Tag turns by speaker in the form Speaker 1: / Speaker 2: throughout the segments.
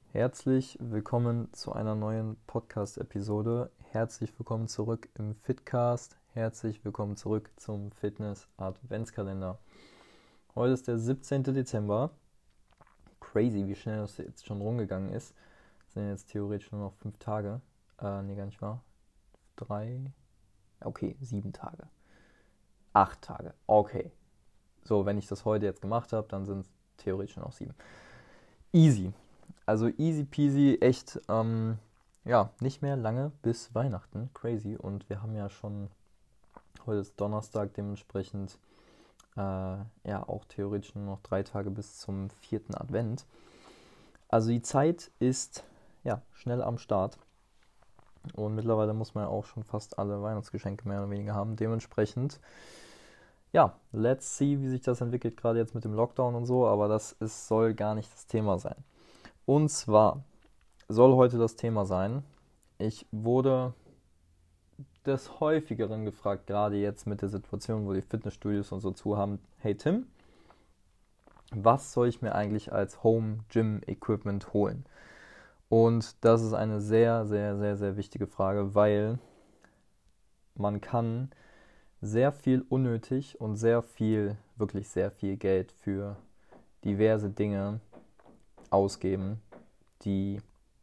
Speaker 1: Herzlich willkommen zu einer neuen Podcast-Episode. Herzlich willkommen zurück im Fitcast. Herzlich willkommen zurück zum Fitness-Adventskalender. Heute ist der 17. Dezember. Crazy, wie schnell das jetzt schon rumgegangen ist. Es sind jetzt theoretisch nur noch 5 Tage. Nee, gar nicht wahr. 3. Okay, 7 Tage. 8 Tage. Okay. So, wenn ich das heute jetzt gemacht habe, dann sind es theoretisch nur noch 7. Easy. Also easy peasy, echt, nicht mehr lange bis Weihnachten. Crazy. Und wir haben ja schon, heute ist Donnerstag, dementsprechend, auch theoretisch nur noch 3 Tage bis zum 4. Advent. Also die Zeit ist, schnell am Start. Und mittlerweile muss man ja auch schon fast alle Weihnachtsgeschenke mehr oder weniger haben. Dementsprechend, let's see, wie sich das entwickelt, gerade jetzt mit dem Lockdown und so. Aber soll gar nicht das Thema sein. Und zwar soll heute das Thema sein, ich wurde des Häufigeren gefragt, gerade jetzt mit der Situation, wo die Fitnessstudios und so zu haben, hey Tim, was soll ich mir eigentlich als Home Gym Equipment holen? Und das ist eine sehr, sehr, sehr, sehr wichtige Frage, weil man kann sehr viel unnötig und wirklich sehr viel Geld für diverse Dinge ausgeben, die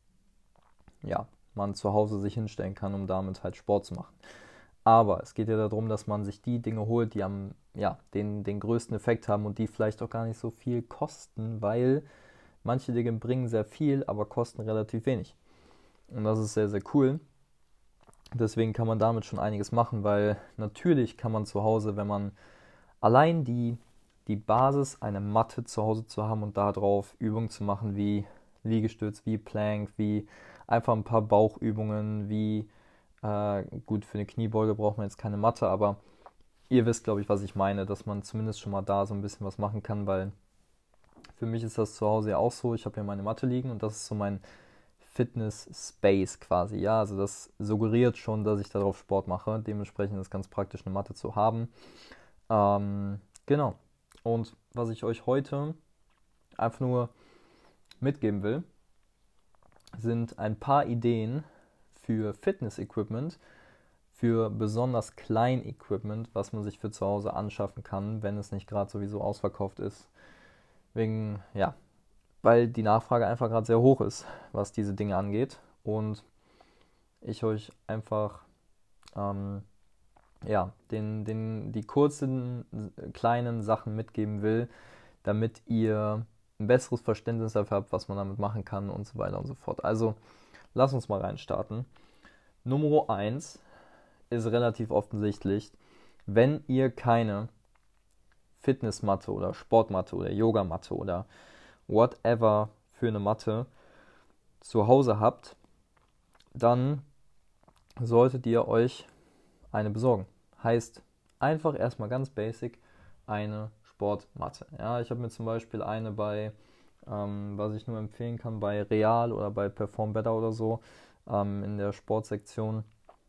Speaker 1: man zu Hause sich hinstellen kann, um damit halt Sport zu machen. Aber es geht ja darum, dass man sich die Dinge holt, die den größten Effekt haben und die vielleicht auch gar nicht so viel kosten, weil manche Dinge bringen sehr viel, aber kosten relativ wenig. Und das ist sehr, sehr cool. Deswegen kann man damit schon einiges machen, weil natürlich kann man zu Hause, wenn man allein die Basis, eine Matte zu Hause zu haben und darauf Übungen zu machen wie Liegestütz, wie Plank, wie einfach ein paar Bauchübungen, wie gut, für eine Kniebeuge braucht man jetzt keine Matte, aber ihr wisst, glaube ich, was ich meine, dass man zumindest schon mal da so ein bisschen was machen kann, weil für mich ist das zu Hause ja auch so. Ich habe hier meine Matte liegen und das ist so mein Fitness-Space quasi. Ja, also das suggeriert schon, dass ich darauf Sport mache. Dementsprechend ist es ganz praktisch, eine Matte zu haben. Genau. Und was ich euch heute einfach nur mitgeben will, sind ein paar Ideen für Fitness-Equipment, für besonders Klein-Equipment, was man sich für zu Hause anschaffen kann, wenn es nicht gerade sowieso ausverkauft ist. Weil die Nachfrage einfach gerade sehr hoch ist, was diese Dinge angeht. Und ich euch einfach die kurzen, kleinen Sachen mitgeben will, damit ihr ein besseres Verständnis dafür habt, was man damit machen kann und so weiter und so fort. Also, lass uns mal reinstarten. Nummer 1 ist relativ offensichtlich, wenn ihr keine Fitnessmatte oder Sportmatte oder Yogamatte oder whatever für eine Matte zu Hause habt, dann solltet ihr euch eine besorgen. Heißt, einfach erstmal ganz basic eine Sportmatte. Ja, ich habe mir zum Beispiel eine was ich nur empfehlen kann, bei Real oder bei Perform Better oder so, in der Sportsektion,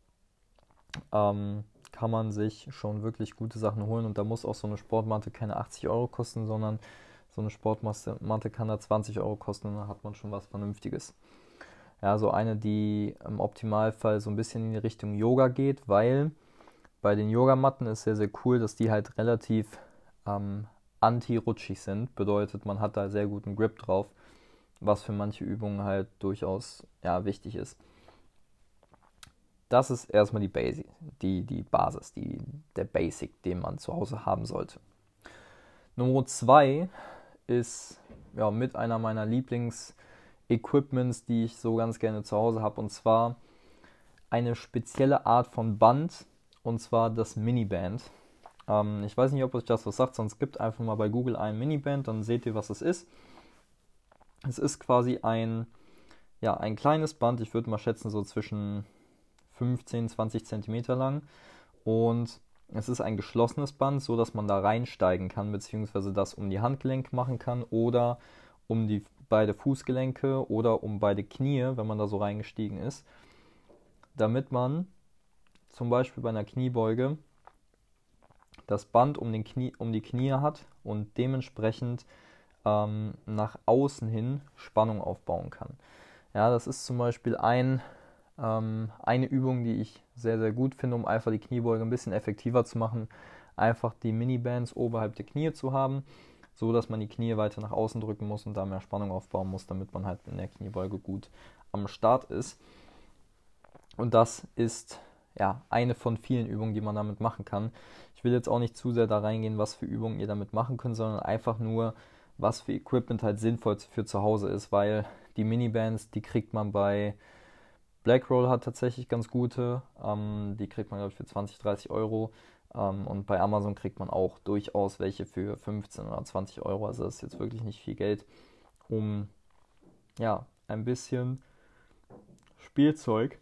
Speaker 1: kann man sich schon wirklich gute Sachen holen und da muss auch so eine Sportmatte keine 80 Euro kosten, sondern so eine Sportmatte kann da 20 Euro kosten und dann hat man schon was Vernünftiges. Ja, so eine, die im Optimalfall so ein bisschen in die Richtung Yoga geht, weil bei den Yogamatten ist sehr, sehr cool, dass die halt relativ anti-rutschig sind. Bedeutet, man hat da sehr guten Grip drauf, was für manche Übungen halt durchaus wichtig ist. Das ist erstmal die Basis, der Basic, den man zu Hause haben sollte. Nummer 2 ist mit einer meiner Lieblings-Equipments, die ich so ganz gerne zu Hause habe, und zwar eine spezielle Art von Band, und zwar das Miniband. Ich weiß nicht, ob euch das was sagt, sonst gebt einfach mal bei Google ein Miniband, dann seht ihr, was es ist. Es ist quasi ein kleines Band, ich würde mal schätzen, so zwischen 15, 20 Zentimeter lang. Und es ist ein geschlossenes Band, so dass man da reinsteigen kann, beziehungsweise das um die Handgelenke machen kann oder um beide Fußgelenke oder um beide Knie, wenn man da so reingestiegen ist, damit man zum Beispiel bei einer Kniebeuge das Band um die Knie hat und dementsprechend nach außen hin Spannung aufbauen kann. Ja, das ist zum Beispiel eine Übung, die ich sehr, sehr gut finde, um einfach die Kniebeuge ein bisschen effektiver zu machen. Einfach die Mini-Bands oberhalb der Knie zu haben, so dass man die Knie weiter nach außen drücken muss und da mehr Spannung aufbauen muss, damit man halt in der Kniebeuge gut am Start ist. Und das ist ja eine von vielen Übungen, die man damit machen kann. Ich will jetzt auch nicht zu sehr da reingehen, was für Übungen ihr damit machen könnt, sondern einfach nur, was für Equipment halt sinnvoll für zu Hause ist, weil die Minibands, die kriegt man bei Blackroll, hat tatsächlich ganz gute, die kriegt man glaube ich für 20, 30 Euro und bei Amazon kriegt man auch durchaus welche für 15 oder 20 Euro, also das ist jetzt wirklich nicht viel Geld, um ja ein bisschen Spielzeug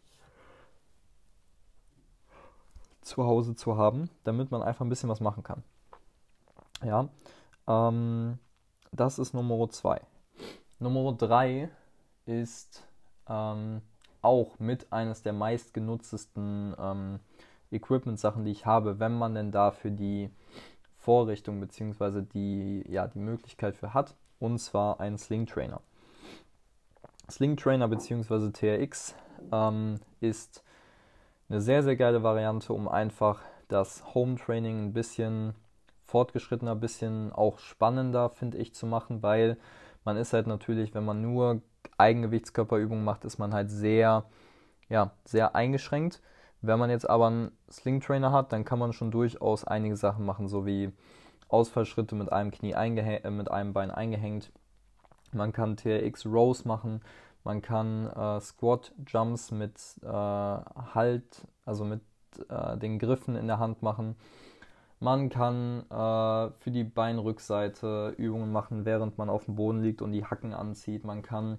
Speaker 1: zu Hause zu haben, damit man einfach ein bisschen was machen kann. Ja, das ist Nummer 2. Nummer 3 ist auch mit eines der meistgenutztesten Equipment-Sachen, die ich habe, wenn man denn dafür die Vorrichtung bzw. die Möglichkeit für hat, und zwar ein Sling Trainer. Sling Trainer bzw. TRX ist eine sehr, sehr geile Variante, um einfach das Home Training ein bisschen fortgeschrittener, ein bisschen auch spannender, finde ich, zu machen, weil man ist halt natürlich, wenn man nur Eigengewichtskörperübungen macht, ist man halt sehr, sehr eingeschränkt. Wenn man jetzt aber einen Sling Trainer hat, dann kann man schon durchaus einige Sachen machen, so wie Ausfallschritte mit einem mit einem Bein eingehängt. Man kann TRX Rows machen, man kann Squat Jumps mit also mit den Griffen in der Hand machen. Man kann für die Beinrückseite Übungen machen, während man auf dem Boden liegt und die Hacken anzieht. Man kann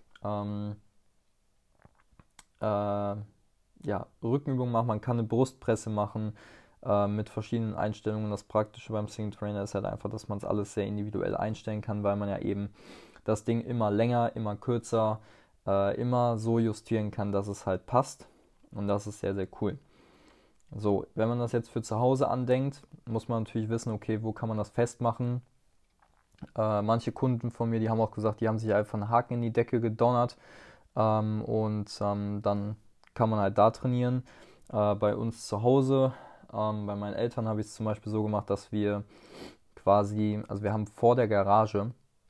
Speaker 1: Rückenübungen machen, man kann eine Brustpresse machen mit verschiedenen Einstellungen. Das Praktische beim Sling Trainer ist halt einfach, dass man es alles sehr individuell einstellen kann, weil man ja eben das Ding immer länger, immer kürzer, immer so justieren kann, dass es halt passt. Und das ist sehr, sehr cool. So, wenn man das jetzt für zu Hause andenkt, muss man natürlich wissen, okay, wo kann man das festmachen? Manche Kunden von mir, die haben auch gesagt, die haben sich einfach einen Haken in die Decke gedonnert und dann kann man halt da trainieren. Bei uns zu Hause, bei meinen Eltern habe ich es zum Beispiel so gemacht, dass wir quasi, also wir haben vor der Garage,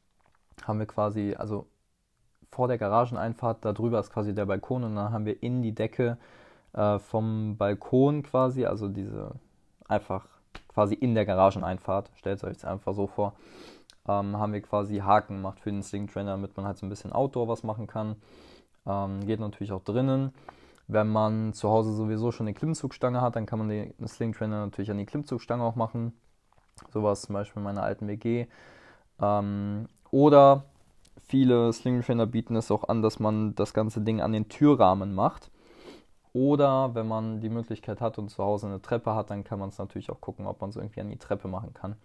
Speaker 1: also vor der Garageneinfahrt, da drüber ist quasi der Balkon und dann haben wir in die Decke vom Balkon quasi, also diese einfach quasi in der Garageneinfahrt, stellt euch das einfach so vor, haben wir quasi Haken gemacht für den Sling Trainer, damit man halt so ein bisschen Outdoor was machen kann. Geht natürlich auch drinnen. Wenn man zu Hause sowieso schon eine Klimmzugstange hat, dann kann man den Sling Trainer natürlich an die Klimmzugstange auch machen. So war es zum Beispiel in meiner alten WG. Oder viele Sling Trainer bieten es auch an, dass man das ganze Ding an den Türrahmen macht. Oder wenn man die Möglichkeit hat und zu Hause eine Treppe hat, dann kann man es natürlich auch gucken, ob man es irgendwie an die Treppe machen kann.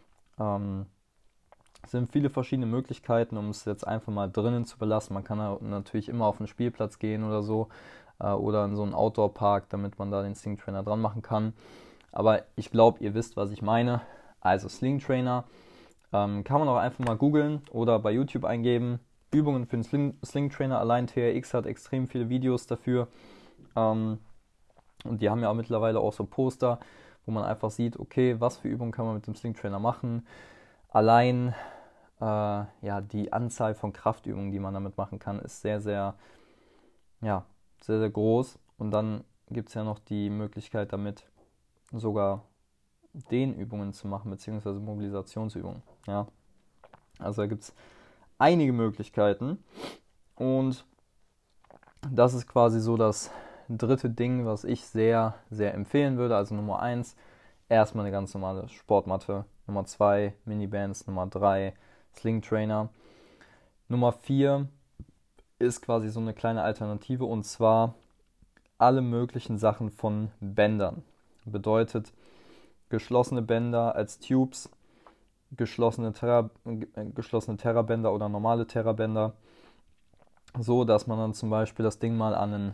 Speaker 1: Es sind viele verschiedene Möglichkeiten, um es jetzt einfach mal drinnen zu belassen. Man kann natürlich immer auf den Spielplatz gehen oder so oder in so einen Outdoor-Park, damit man da den Sling Trainer dran machen kann. Aber ich glaube, ihr wisst, was ich meine. Also Sling Trainer kann man auch einfach mal googeln oder bei YouTube eingeben. Übungen für den Sling Trainer. Allein TRX hat extrem viele Videos dafür. Und die haben ja auch mittlerweile auch so Poster, wo man einfach sieht, okay, was für Übungen kann man mit dem Sling Trainer machen. Allein die Anzahl von Kraftübungen, die man damit machen kann, ist sehr, sehr, sehr, sehr groß. Und dann gibt es ja noch die Möglichkeit, damit sogar Dehnübungen zu machen, beziehungsweise Mobilisationsübungen. Ja. Also da gibt es einige Möglichkeiten. Und das ist quasi so das dritte Ding, was ich sehr, sehr empfehlen würde. Also Nummer 1, erstmal eine ganz normale Sportmatte. Nummer 2, Minibands. Nummer 3, Sling Trainer. Nummer 4 ist quasi so eine kleine Alternative, und zwar alle möglichen Sachen von Bändern. Bedeutet geschlossene Bänder als Tubes, geschlossene Terrabänder oder normale Terrabänder, so dass man dann zum Beispiel das Ding mal an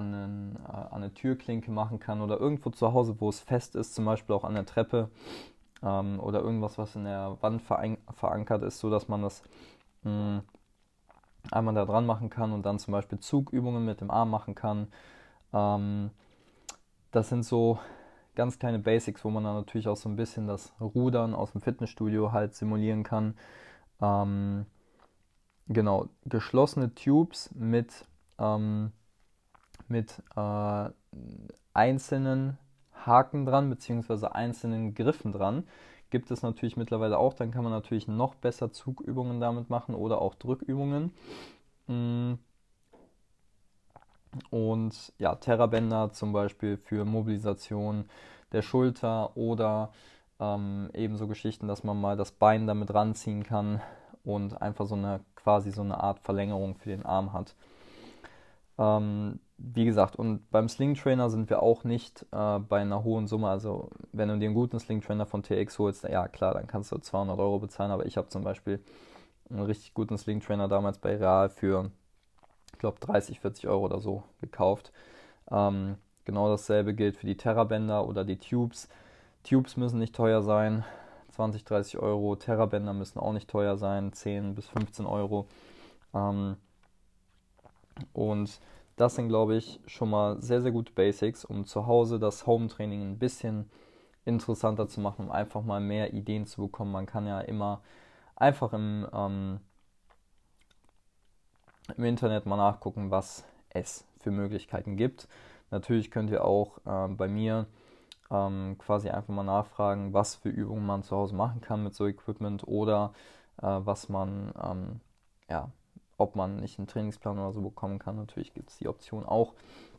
Speaker 1: eine Türklinke machen kann oder irgendwo zu Hause, wo es fest ist, zum Beispiel auch an der Treppe. oder irgendwas, was in der Wand verankert ist, so dass man das einmal da dran machen kann und dann zum Beispiel Zugübungen mit dem Arm machen kann. Das sind so ganz kleine Basics, wo man dann natürlich auch so ein bisschen das Rudern aus dem Fitnessstudio halt simulieren kann. Genau, geschlossene Tubes mit einzelnen Haken dran, beziehungsweise einzelnen Griffen dran. Gibt es natürlich mittlerweile auch, dann kann man natürlich noch besser Zugübungen damit machen oder auch Drückübungen. Und ja, Terrabänder zum Beispiel für Mobilisation der Schulter oder ebenso Geschichten, dass man mal das Bein damit ranziehen kann und einfach quasi so eine Art Verlängerung für den Arm hat. Wie gesagt, und beim Sling Trainer sind wir auch nicht bei einer hohen Summe. Also wenn du dir einen guten Sling Trainer von TX holst, ja klar, dann kannst du 200 Euro bezahlen. Aber ich habe zum Beispiel einen richtig guten Sling Trainer damals bei Real für, ich glaube, 30, 40 Euro oder so gekauft. Genau dasselbe gilt für die Terrabänder oder die Tubes. Tubes müssen nicht teuer sein, 20, 30 Euro. Terrabänder müssen auch nicht teuer sein, 10 bis 15 Euro. Und das sind, glaube ich, schon mal sehr, sehr gute Basics, um zu Hause das Home-Training ein bisschen interessanter zu machen, um einfach mal mehr Ideen zu bekommen. Man kann ja immer einfach im Internet mal nachgucken, was es für Möglichkeiten gibt. Natürlich könnt ihr auch bei mir quasi einfach mal nachfragen, was für Übungen man zu Hause machen kann mit so Equipment oder was man, ja, ob man nicht einen Trainingsplan oder so bekommen kann. Natürlich gibt es die Option auch.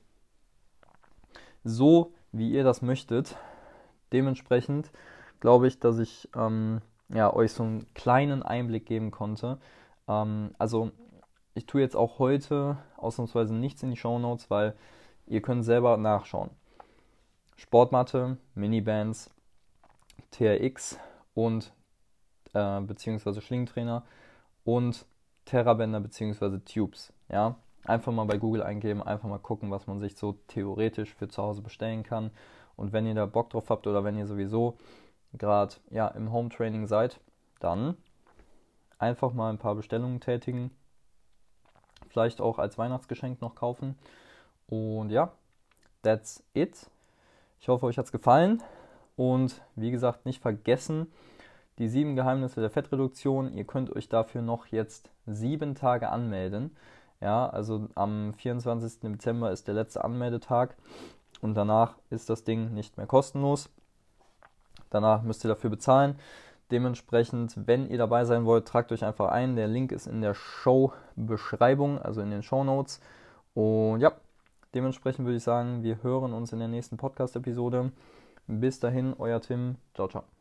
Speaker 1: So wie ihr das möchtet. Dementsprechend glaube ich, dass ich euch so einen kleinen Einblick geben konnte. Also ich tue jetzt auch heute ausnahmsweise nichts in die Shownotes, weil ihr könnt selber nachschauen. Sportmatte, Minibands, TRX und beziehungsweise Schlingtrainer und Terrabänder beziehungsweise Tubes. Ja? Einfach mal bei Google eingeben, einfach mal gucken, was man sich so theoretisch für zu Hause bestellen kann. Und wenn ihr da Bock drauf habt oder wenn ihr sowieso gerade im Home-Training seid, dann einfach mal ein paar Bestellungen tätigen. Vielleicht auch als Weihnachtsgeschenk noch kaufen. Und ja, that's it. Ich hoffe, euch hat es gefallen. Und wie gesagt, nicht vergessen, die 7 Geheimnisse der Fettreduktion. Ihr könnt euch dafür noch jetzt 7 Tage anmelden. Ja, also am 24. Dezember ist der letzte Anmeldetag und danach ist das Ding nicht mehr kostenlos. Danach müsst ihr dafür bezahlen. Dementsprechend, wenn ihr dabei sein wollt, tragt euch einfach ein. Der Link ist in der Show-Beschreibung, also in den Shownotes. Und ja, dementsprechend würde ich sagen, wir hören uns in der nächsten Podcast-Episode. Bis dahin, euer Tim. Ciao, ciao.